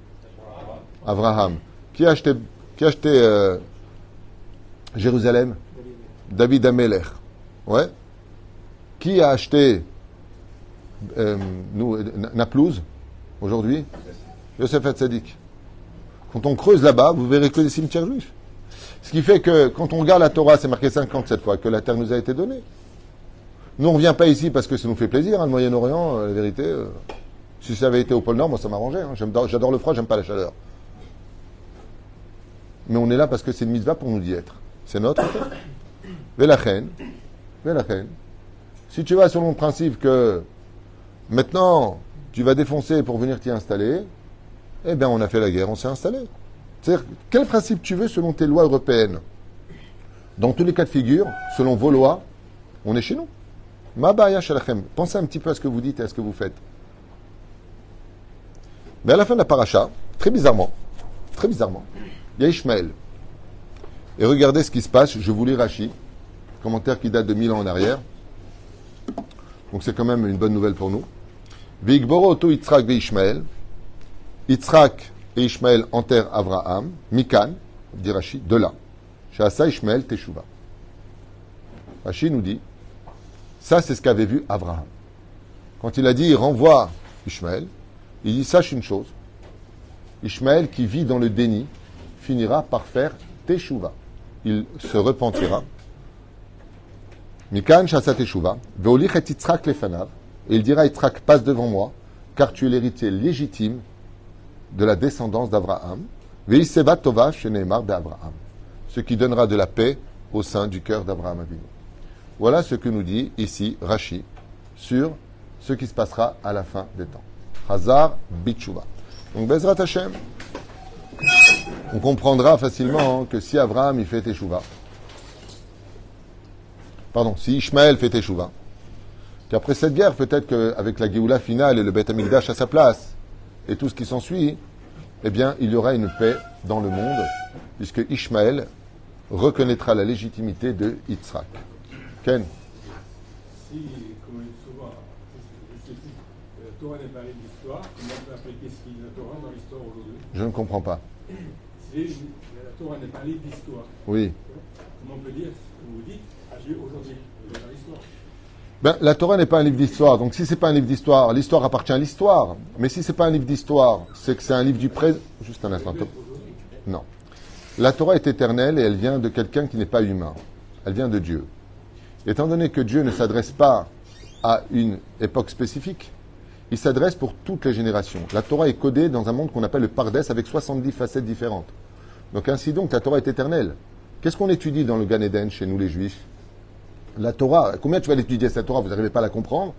Abraham. Qui a acheté, qui a acheté euh, Jérusalem? David Amelech. Ouais. Qui a acheté euh, nous, Naplouse aujourd'hui? Yosef Hatzadik. Quand on creuse là-bas, vous verrez que des cimetières juifs. Ce qui fait que, quand on regarde la Torah, c'est marqué cinquante-sept fois que la terre nous a été donnée. Nous, on ne vient pas ici parce que ça nous fait plaisir, hein, le Moyen-Orient, euh, la vérité. Euh, si ça avait été au pôle Nord, moi, ça m'arrangeait. Hein. J'adore le froid, j'aime pas la chaleur. mais on est là parce que c'est une mitzvah pour nous y être. C'est notre affaire. Velachen, Velachen. Si tu vas selon le principe que maintenant tu vas défoncer pour venir t'y installer, eh bien on a fait la guerre, on s'est installé. C'est-à-dire, quel principe tu veux selon tes lois européennes? Dans tous les cas de figure, selon vos lois, on est chez nous. Ma baya shalachem. Pensez un petit peu à ce que vous dites et à ce que vous faites. Mais à la fin de la paracha, très bizarrement, très bizarrement, il y a Ishmaël. Et regardez ce qui se passe. Je vous lis Rashi, commentaire qui date de mille ans en arrière. Donc c'est quand même une bonne nouvelle pour nous. Veigboro oto Yitzhak ve Ishmaël. Yitzhak et Ishmaël enterrent Avraham. Mikan, dit Rashi, de là. Shasa Ishmaël Teshuva. Rashi nous dit, ça c'est ce qu'avait vu Avraham. Quand il a dit, il renvoie Ishmaël, il dit, sache une chose, Ishmaël qui vit dans le déni finira par faire Teshuva. Il se repentira. Mikan Shasa Teshuva. Veolich et Yitzhak lefanav. Et il dira, Yitzhak, passe devant moi, car tu es l'héritier légitime de la descendance d'Abraham. Veiseva tova sheneemar d'Abraham. Ce qui donnera de la paix au sein du cœur d'Abraham Avinu. Voilà ce que nous dit ici Rashi sur ce qui se passera à la fin des temps. Hazar Bitshuva. Donc Bezrat Hashem, on comprendra facilement hein, que si Abraham il fait Teshuva, pardon, si Ishmaël fait Teshuva, qu'après cette guerre, peut-être qu'avec la Géoula finale et le Beth Amikdash à sa place, et tout ce qui s'ensuit, eh bien, il y aura une paix dans le monde, puisque Ishmaël reconnaîtra la légitimité de Yitzhak. Ken? Si, comme on dit souvent, je sais plus, la Torah n'est pas un livre d'histoire, comment on peut appliquer ce qui est la Torah dans l'histoire aujourd'hui? Je ne comprends pas. Si la Torah n'est pas un livre d'histoire, oui. Comment on peut dire, comme vous dites, agir aujourd'hui, dans l'histoire? Ben, la Torah n'est pas un livre d'histoire, donc si c'est pas un livre d'histoire, l'histoire appartient à l'histoire. Mais si c'est pas un livre d'histoire, c'est que c'est un livre du présent. Juste un instant. Non. La Torah est éternelle et elle vient de quelqu'un qui n'est pas humain. Elle vient de Dieu. Étant donné que Dieu ne s'adresse pas à une époque spécifique, il s'adresse pour toutes les générations. La Torah est codée dans un monde qu'on appelle le Pardes avec soixante-dix facettes différentes. Donc ainsi donc, la Torah est éternelle. Qu'est-ce qu'on étudie dans le Gan Eden chez nous les Juifs? La Torah. Combien tu vas l'étudier cette Torah? Vous n'arrivez pas à la comprendre?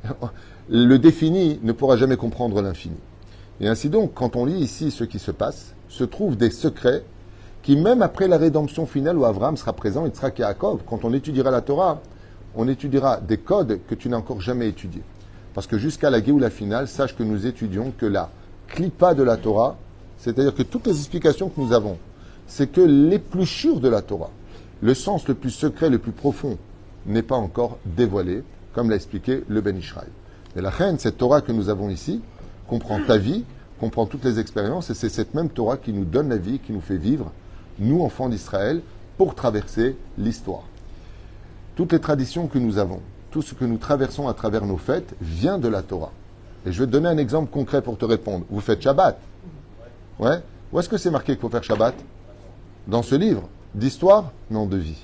Le défini ne pourra jamais comprendre l'infini. Et ainsi donc, quand on lit ici ce qui se passe, se trouvent des secrets qui, même après la rédemption finale où Abraham sera présent, il sera Yaakov, quand on étudiera la Torah, on étudiera des codes que tu n'as encore jamais étudiés. Parce que jusqu'à la Géoula finale, sache que nous étudions que la clipa de la Torah, c'est-à-dire que toutes les explications que nous avons, c'est que l'épluchure de la Torah, le sens le plus secret, le plus profond, n'est pas encore dévoilé, comme l'a expliqué le Ben Ishraï. Et la reine, cette Torah que nous avons ici, comprend ta vie, comprend toutes les expériences, et c'est cette même Torah qui nous donne la vie, qui nous fait vivre, nous, enfants d'Israël, pour traverser l'histoire. Toutes les traditions que nous avons, tout ce que nous traversons à travers nos fêtes, vient de la Torah. Et je vais te donner un exemple concret pour te répondre. Vous faites Shabbat. Ouais. Où est-ce que c'est marqué qu'il faut faire Shabbat? Dans ce livre d'histoire? Non, de vie.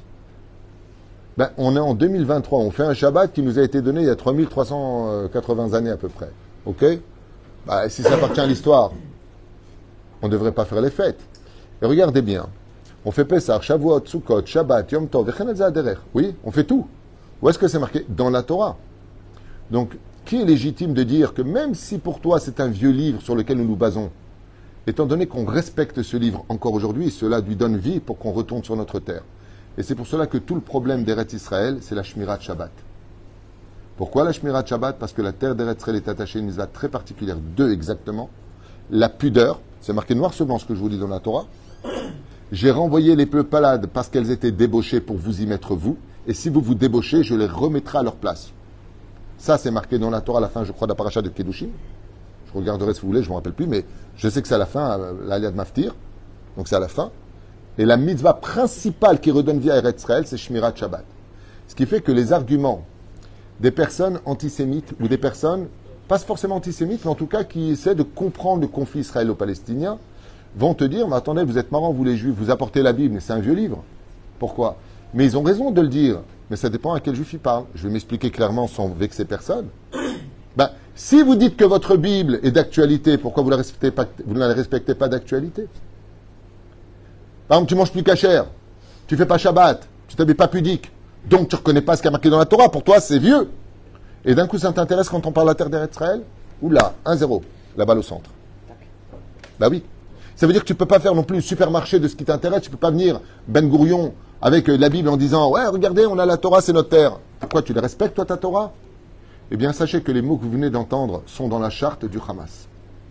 Ben, on est en deux mille vingt-trois. On fait un Shabbat qui nous a été donné il y a trois mille trois cent quatre-vingts années à peu près. OK? Ben, si ça appartient à l'histoire, on ne devrait pas faire les fêtes. Et regardez bien. On fait Pessah, Shavuot, Sukkot, Shabbat, Yom Tov, oui, on fait tout. Où est-ce que c'est marqué? Dans la Torah. Donc, qui est légitime de dire que même si pour toi c'est un vieux livre sur lequel nous nous basons, étant donné qu'on respecte ce livre encore aujourd'hui, cela lui donne vie pour qu'on retourne sur notre terre. Et c'est pour cela que tout le problème d'Eretz Israël, c'est la Shmirat Shabbat. Pourquoi la Shmirat Shabbat? Parce que la terre d'Eretz Israël est attachée à une mitzvah très particulière, deux exactement. La pudeur, c'est marqué noir sur blanc ce que je vous dis dans la Torah. J'ai renvoyé les peuplades parce qu'elles étaient débauchées pour vous y mettre vous. Et si vous vous débauchez, je les remettrai à leur place. Ça, c'est marqué dans la Torah à la fin, je crois, de la paracha de Kedushim. Je regarderai si vous voulez, je ne me rappelle plus, mais je sais que c'est à la fin, l'Aliyah de Maftir. Donc c'est à la fin. Et la mitzvah principale qui redonne vie à Eretz Israël, c'est Shmirat Shabbat. Ce qui fait que les arguments des personnes antisémites ou des personnes, pas forcément antisémites, mais en tout cas qui essaient de comprendre le conflit israélo-palestinien, vont te dire, mais attendez, vous êtes marrants, vous les juifs, vous apportez la Bible, mais c'est un vieux livre. Pourquoi? Mais ils ont raison de le dire. Mais ça dépend à quel juif ils parlent. Je vais m'expliquer clairement sans vexer personne. Ben, si vous dites que votre Bible est d'actualité, pourquoi vous, la respectez pas, vous ne la respectez pas d'actualité? Par exemple, tu manges plus cachère, tu fais pas Shabbat, tu t'habilles pas pudique, donc tu reconnais pas ce qui est marqué dans la Torah, pour toi c'est vieux. Et d'un coup ça t'intéresse quand on parle de la terre d'Eretz Israël? Oula, un zéro, la balle au centre. Bah oui. Ça veut dire que tu peux pas faire non plus le supermarché de ce qui t'intéresse, tu peux pas venir Ben Gourion avec la Bible en disant « Ouais, regardez, on a la Torah, c'est notre terre. » Pourquoi tu les respectes, toi, ta Torah? Eh bien, sachez que les mots que vous venez d'entendre sont dans la charte du Hamas.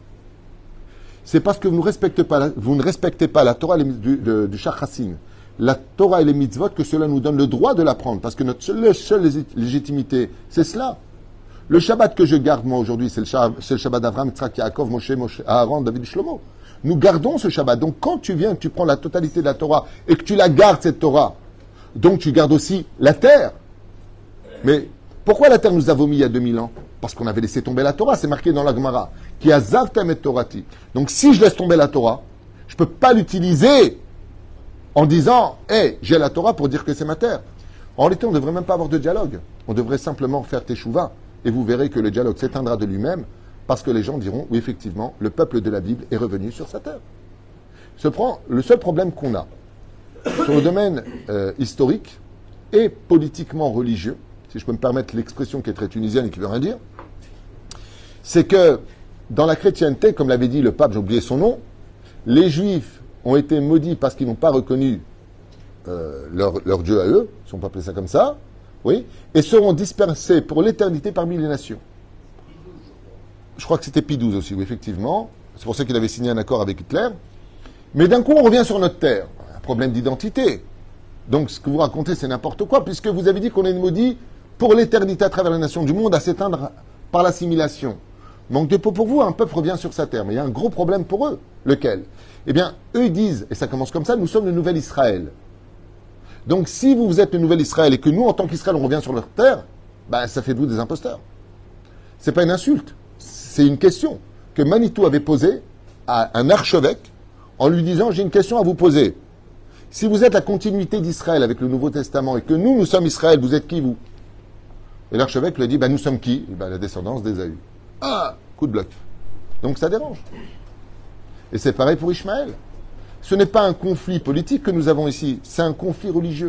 C'est parce que vous ne respectez pas la, vous ne respectez pas la Torah du, du, du Shach Hassin, la Torah et les mitzvot, que cela nous donne le droit de l'apprendre. Parce que notre seule, seule légitimité, c'est cela. Le Shabbat que je garde, moi, aujourd'hui, c'est le, c'est le Shabbat d'Avram, Yitzhak, Yaakov, Moshe, Moshe, Aaron, David, Shlomo. Nous gardons ce Shabbat. Donc, quand tu viens, tu prends la totalité de la Torah et que tu la gardes, cette Torah, donc tu gardes aussi la terre. Mais pourquoi la terre nous a vomi il y a deux mille ans? Parce qu'on avait laissé tomber la Torah. C'est marqué dans la Gemara. Qui a zavtem et torati. Donc, si je laisse tomber la Torah, je ne peux pas l'utiliser en disant « Hé, hey, j'ai la Torah pour dire que c'est ma terre ». En réalité, on ne devrait même pas avoir de dialogue. On devrait simplement faire teshuva. Et vous verrez que le dialogue s'éteindra de lui-même. Parce que les gens diront, oui, effectivement, le peuple de la Bible est revenu sur sa terre. Ce prend, le seul problème qu'on a sur le domaine euh, historique et politiquement religieux, si je peux me permettre l'expression qui est très tunisienne et qui veut rien dire, c'est que dans la chrétienté, comme l'avait dit le pape, j'ai oublié son nom, les juifs ont été maudits parce qu'ils n'ont pas reconnu euh, leur, leur Dieu à eux, si on peut appeler ça comme ça, oui, et seront dispersés pour l'éternité parmi les nations. Je crois que c'était Pie douze aussi, oui, effectivement. C'est pour ça qu'il avait signé un accord avec Hitler. Mais d'un coup, on revient sur notre terre. Un problème d'identité. Donc, ce que vous racontez, c'est n'importe quoi, puisque vous avez dit qu'on est maudit pour l'éternité à travers les nations du monde à s'éteindre par l'assimilation. Manque de peau pour vous, un peuple revient sur sa terre. Mais il y a un gros problème pour eux. Lequel? Eh bien, eux, ils disent, et ça commence comme ça, nous sommes le nouvel Israël. Donc, si vous, vous êtes le nouvel Israël et que nous, en tant qu'Israël, on revient sur leur terre, ben, ça fait de vous des imposteurs. C'est pas une insulte. C'est une question que Manitou avait posée à un archevêque en lui disant « J'ai une question à vous poser. Si vous êtes la continuité d'Israël avec le Nouveau Testament et que nous, nous sommes Israël, vous êtes qui, vous ?» Et l'archevêque lui a dit ben, « Nous sommes qui ?» ben, la descendance d'Ésaü. Ah, coup de bloc. Donc ça dérange. Et c'est pareil pour Ishmaël. Ce n'est pas un conflit politique que nous avons ici, c'est un conflit religieux.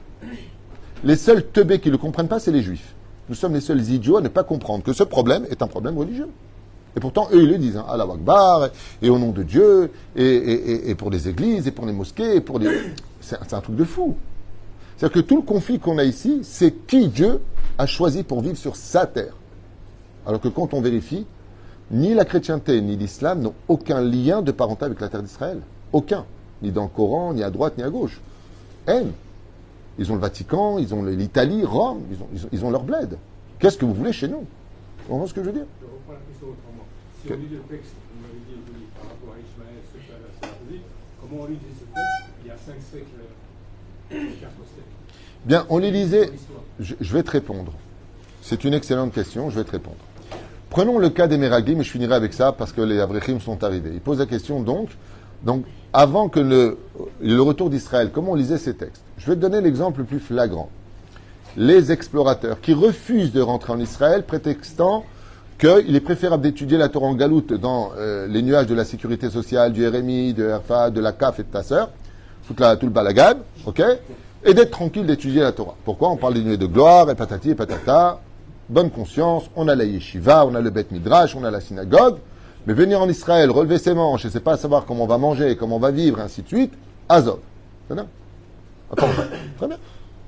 Les seuls teubés qui ne le comprennent pas, c'est les Juifs. Nous sommes les seuls idiots à ne pas comprendre que ce problème est un problème religieux. Et pourtant, eux, ils le disent, hein, Allah Akbar, et au nom de Dieu, et, et, et, et pour les églises, et pour les mosquées, et pour les... C'est, c'est un truc de fou. C'est-à-dire que tout le conflit qu'on a ici, c'est qui Dieu a choisi pour vivre sur sa terre. Alors que quand on vérifie, ni la chrétienté, ni l'islam n'ont aucun lien de parenté avec la terre d'Israël. Aucun. Ni dans le Coran, ni à droite, ni à gauche. Haine. Ils ont le Vatican, ils ont l'Italie, Rome, ils ont, ils ont, ils ont leur bled. Qu'est-ce que vous voulez chez nous? Vous comprenez ce que je veux dire? Je reprends la question autrement. Si on lit le texte, vous m'avez dit aujourd'hui, par rapport à Ishmaël, ce que ça a posé, comment on lit ce texte il y a cinq siècles d'interpostés? Bien, on les lisait. Je, je vais te répondre. C'est une excellente question, je vais te répondre. Prenons le cas des Meraglim, et je finirai avec ça parce que les Avrechim sont arrivés. Ils posent la question donc, donc avant que le, le retour d'Israël, comment on lisait ces textes? Je vais te donner l'exemple le plus flagrant. Les explorateurs qui refusent de rentrer en Israël, prétextant qu'il est préférable d'étudier la Torah en galoute dans euh, les nuages de la sécurité sociale, du R M I, de R F A, de la C A F et de ta sœur, toute la, tout le balagan, ok, et d'être tranquille d'étudier la Torah. Pourquoi? On parle des nuées de gloire, et patati et patata, bonne conscience, on a la yeshiva, on a le Beth Midrash, on a la synagogue, mais venir en Israël, relever ses manches, et c'est pas savoir comment on va manger, comment on va vivre, et ainsi de suite, Azov. C'est bien? Attends, très bien.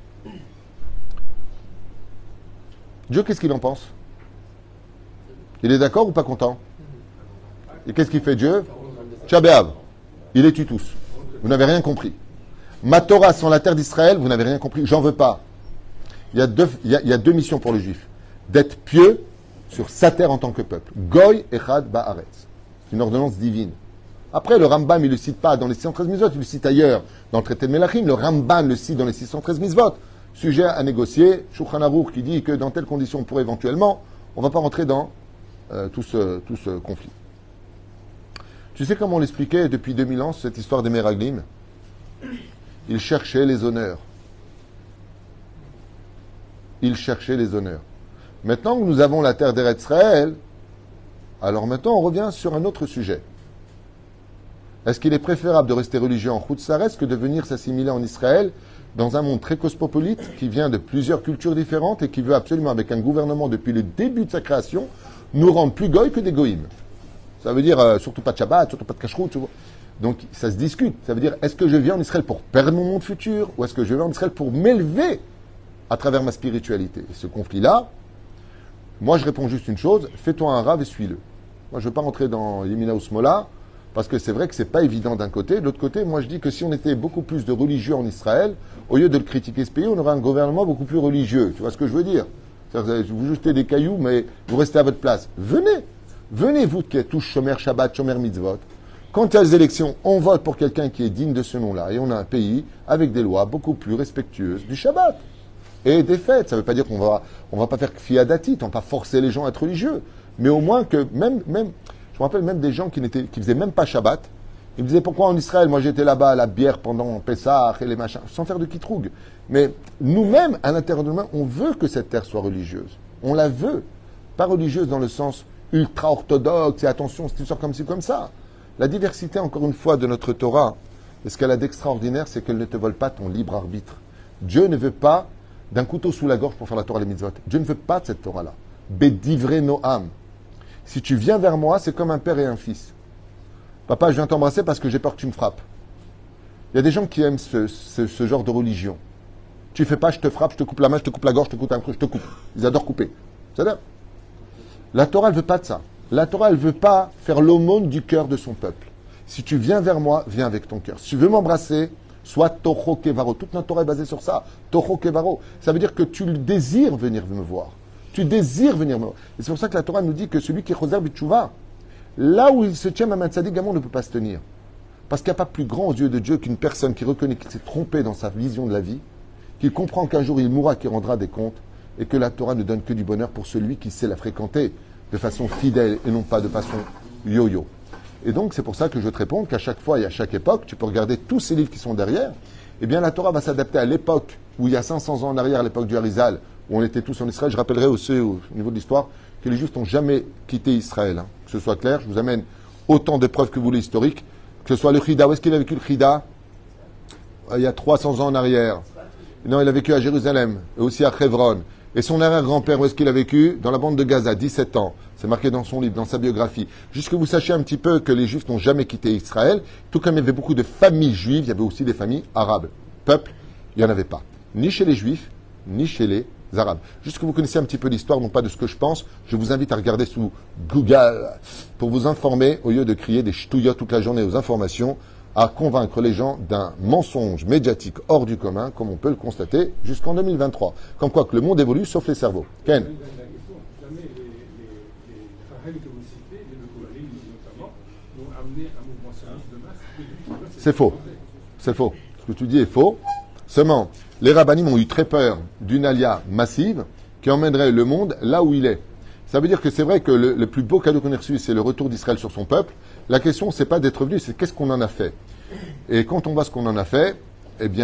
Dieu, qu'est-ce qu'il en pense? Il est d'accord ou pas content? Et qu'est-ce qu'il fait Dieu? Tchabéav. Il les tue tous. Vous n'avez rien compris. Ma Torah sans la terre d'Israël, vous n'avez rien compris. J'en veux pas. Il y a deux, il y a, il y a deux missions pour les Juifs. D'être pieux sur sa terre en tant que peuple. Goy echad ba'aretz. C'est une ordonnance divine. Après, le Rambam, il ne le cite pas dans les six cent treize mitzvot, il le cite ailleurs. Dans le traité de Melachim, le Rambam le cite dans les six cent treize mitzvot. Sujet à négocier. Shulchan Aruch qui dit que dans telles conditions, on pourrait éventuellement, on ne va pas rentrer dans euh, tout, ce, tout ce conflit. Tu sais comment on l'expliquait depuis deux mille ans, cette histoire des Meraglim? Ils cherchaient les honneurs. Ils cherchaient les honneurs. Maintenant que nous avons la terre d'Eretz Israël, alors maintenant on revient sur un autre sujet. Est-ce qu'il est préférable de rester religieux en Khoutsares que de venir s'assimiler en Israël dans un monde très cosmopolite qui vient de plusieurs cultures différentes et qui veut absolument, avec un gouvernement depuis le début de sa création, nous rendre plus goy que des goïms. Ça veut dire euh, surtout pas de Shabbat, surtout pas de Kashrut. Donc ça se discute. Ça veut dire, est-ce que je viens en Israël pour perdre mon monde futur ou est-ce que je viens en Israël pour m'élever à travers ma spiritualité? Et ce conflit-là, moi je réponds juste une chose, fais-toi un rave et suis-le. Moi je ne veux pas rentrer dans Yemina ou Smola, parce que c'est vrai que c'est pas évident d'un côté. De l'autre côté, moi je dis que si on était beaucoup plus de religieux en Israël, au lieu de le critiquer ce pays, on aurait un gouvernement beaucoup plus religieux. Tu vois ce que je veux dire? C'est-à-dire, vous jetez des cailloux, mais vous restez à votre place. Venez, venez vous qui êtes tous Shomer Shabbat, Shomer Mitzvot. Quand il y a les élections, on vote pour quelqu'un qui est digne de ce nom-là. Et on a un pays avec des lois beaucoup plus respectueuses du Shabbat. Et des fêtes. Ça ne veut pas dire qu'on va, on va pas faire fiadatit, on va pas forcer les gens à être religieux. Mais au moins que même, même, je me rappelle même des gens qui n'étaient, qui faisaient même pas Shabbat. Ils me disaient pourquoi en Israël, moi j'étais là-bas à la bière pendant Pessah et les machins, sans faire de kitrougue. Mais nous-mêmes, à l'intérieur de nous-mêmes, on veut que cette terre soit religieuse. On la veut. Pas religieuse dans le sens ultra-orthodoxe et attention, c'est une sorte comme ci, comme ça. La diversité, encore une fois, de notre Torah, et ce qu'elle a d'extraordinaire, c'est qu'elle ne te vole pas ton libre arbitre. Dieu ne veut pas d'un couteau sous la gorge pour faire la Torah et les mitzvot. Dieu ne veut pas de cette Torah-là. Bédivré Noam. Si tu viens vers moi, c'est comme un père et un fils. Papa, je viens t'embrasser parce que j'ai peur que tu me frappes. Il y a des gens qui aiment ce, ce, ce genre de religion. Tu fais pas, je te frappe, je te coupe la main, je te coupe la gorge, je te coupe un truc, je te coupe. Ils adorent couper. C'est-à-dire, la Torah, elle veut pas de ça. La Torah, elle veut pas faire l'aumône du cœur de son peuple. Si tu viens vers moi, viens avec ton cœur. Si tu veux m'embrasser, sois Toho Kevaro. Toute notre Torah est basée sur ça. Toho Kevaro. Ça veut dire que tu désires venir me voir. Tu désires venir me voir. Et c'est pour ça que la Torah nous dit que celui qui est Choser B'Tchouva, là où il se tient, même un tzaddik, gamin, on ne peut pas se tenir. Parce qu'il n'y a pas plus grand aux yeux de Dieu qu'une personne qui reconnaît qu'il s'est trompé dans sa vision de la vie, qui comprend qu'un jour il mourra, qu'il rendra des comptes, et que la Torah ne donne que du bonheur pour celui qui sait la fréquenter de façon fidèle et non pas de façon yo-yo. Et donc c'est pour ça que je te réponds qu'à chaque fois et à chaque époque, tu peux regarder tous ces livres qui sont derrière, eh bien la Torah va s'adapter à l'époque où il y a cinq cents ans en arrière, à l'époque du Harizal, où on était tous en Israël. Je rappellerai aussi au niveau de l'histoire que les Juifs n'ont jamais quitté Israël. Hein. Que ce soit clair, je vous amène autant de preuves que vous voulez historiques, que ce soit le Chida. Où est-ce qu'il a vécu le Chida? Il y a trois cents ans en arrière. Non, il a vécu à Jérusalem, et aussi à Hebron. Et son arrière-grand-père, où est-ce qu'il a vécu? Dans la bande de Gaza, dix-sept ans. C'est marqué dans son livre, dans sa biographie. Juste que vous sachiez un petit peu que les Juifs n'ont jamais quitté Israël. Tout comme il y avait beaucoup de familles juives, il y avait aussi des familles arabes. Peuple, il n'y en avait pas. Ni chez les Juifs, ni chez les Arabes. Juste que vous connaissiez un petit peu l'histoire, non pas de ce que je pense, je vous invite à regarder sous Google pour vous informer, au lieu de crier des ch'touillots toute la journée aux informations, à convaincre les gens d'un mensonge médiatique hors du commun, comme on peut le constater jusqu'en deux mille vingt-trois. Comme quoi que le monde évolue, sauf les cerveaux. Ken? Jamais les, les, les Rahel que vous citez, les Bekoulalim notamment, n'ont amené un mouvement sioniste de masse. C'est faux. C'est faux. Ce que tu dis est faux. Seulement, les rabbinim ont eu très peur d'une alia massive qui emmènerait le monde là où il est. Ça veut dire que c'est vrai que le, le plus beau cadeau qu'on ait reçu, c'est le retour d'Israël sur son peuple. La question, c'est pas d'être venu, c'est qu'est-ce qu'on en a fait. Et quand on voit ce qu'on en a fait, eh bien,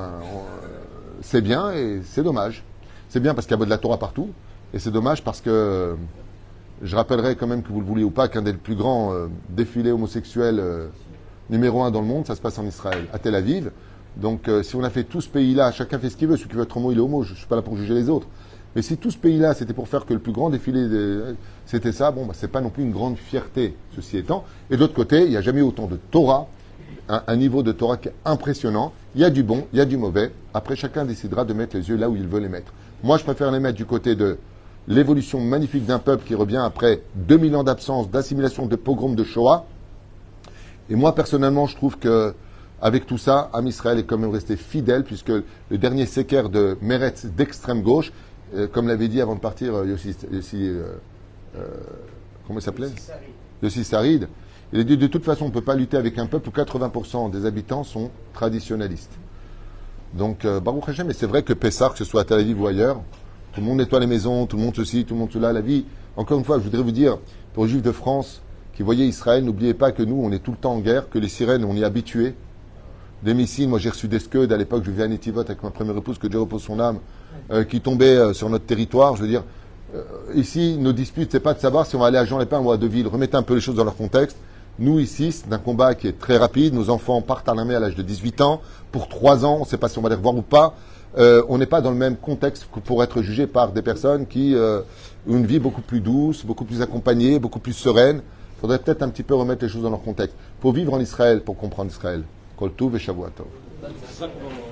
on, c'est bien et c'est dommage. C'est bien parce qu'il y a de la Torah partout, et c'est dommage parce que je rappellerai quand même, que vous le vouliez ou pas, qu'un des plus grands euh, défilés homosexuels euh, numéro un dans le monde, ça se passe en Israël, à Tel Aviv. Donc, euh, si on a fait tout ce pays-là, chacun fait ce qu'il veut. Celui qui veut être homo, il est homo. Je ne suis pas là pour juger les autres. Mais si tout ce pays-là, c'était pour faire que le plus grand défilé, de... c'était ça, bon, bah, c'est pas non plus une grande fierté, ceci étant. Et de l'autre côté, il n'y a jamais eu autant de Torah, un, un niveau de Torah qui est impressionnant. Il y a du bon, il y a du mauvais. Après, chacun décidera de mettre les yeux là où il veut les mettre. Moi, je préfère les mettre du côté de l'évolution magnifique d'un peuple qui revient après deux mille ans d'absence, d'assimilation, de pogrom, de Shoah. Et moi, personnellement, je trouve que avec tout ça, Am Israël est quand même resté fidèle, puisque le dernier séquer de Meretz d'extrême gauche, euh, comme l'avait dit avant de partir euh, Yossi, Yossi euh, euh, comment il s'appelait Yossi Sarid, il a dit de toute façon, on ne peut pas lutter avec un peuple où quatre-vingts pour cent des habitants sont traditionnalistes. Donc, euh, Baruch Hashem, et c'est vrai que Pessah, que ce soit à Tel Aviv ou ailleurs, tout le monde nettoie les maisons, tout le monde ceci, tout le monde cela, la vie. Encore une fois, je voudrais vous dire, pour les Juifs de France qui voyaient Israël, n'oubliez pas que nous, on est tout le temps en guerre, que les sirènes, on y est habitués. Des missiles, moi j'ai reçu des Scud, à l'époque je vivais à Netivot avec ma première épouse, que Dieu repose son âme, euh, qui tombaient euh, sur notre territoire. Je veux dire, euh, ici, nos disputes, c'est pas de savoir si on va aller à Jean-les-Pins ou à Deville. Remettez un peu les choses dans leur contexte. Nous, ici, c'est un combat qui est très rapide. Nos enfants partent à l'armée à l'âge de dix-huit ans. Pour trois ans, on ne sait pas si on va les revoir ou pas. Euh, on n'est pas dans le même contexte que pour être jugé par des personnes qui euh, ont une vie beaucoup plus douce, beaucoup plus accompagnée, beaucoup plus sereine. Il faudrait peut-être un petit peu remettre les choses dans leur contexte. Il faut vivre en Israël pour comprendre Israël. Kol Tov et Shavua Tov.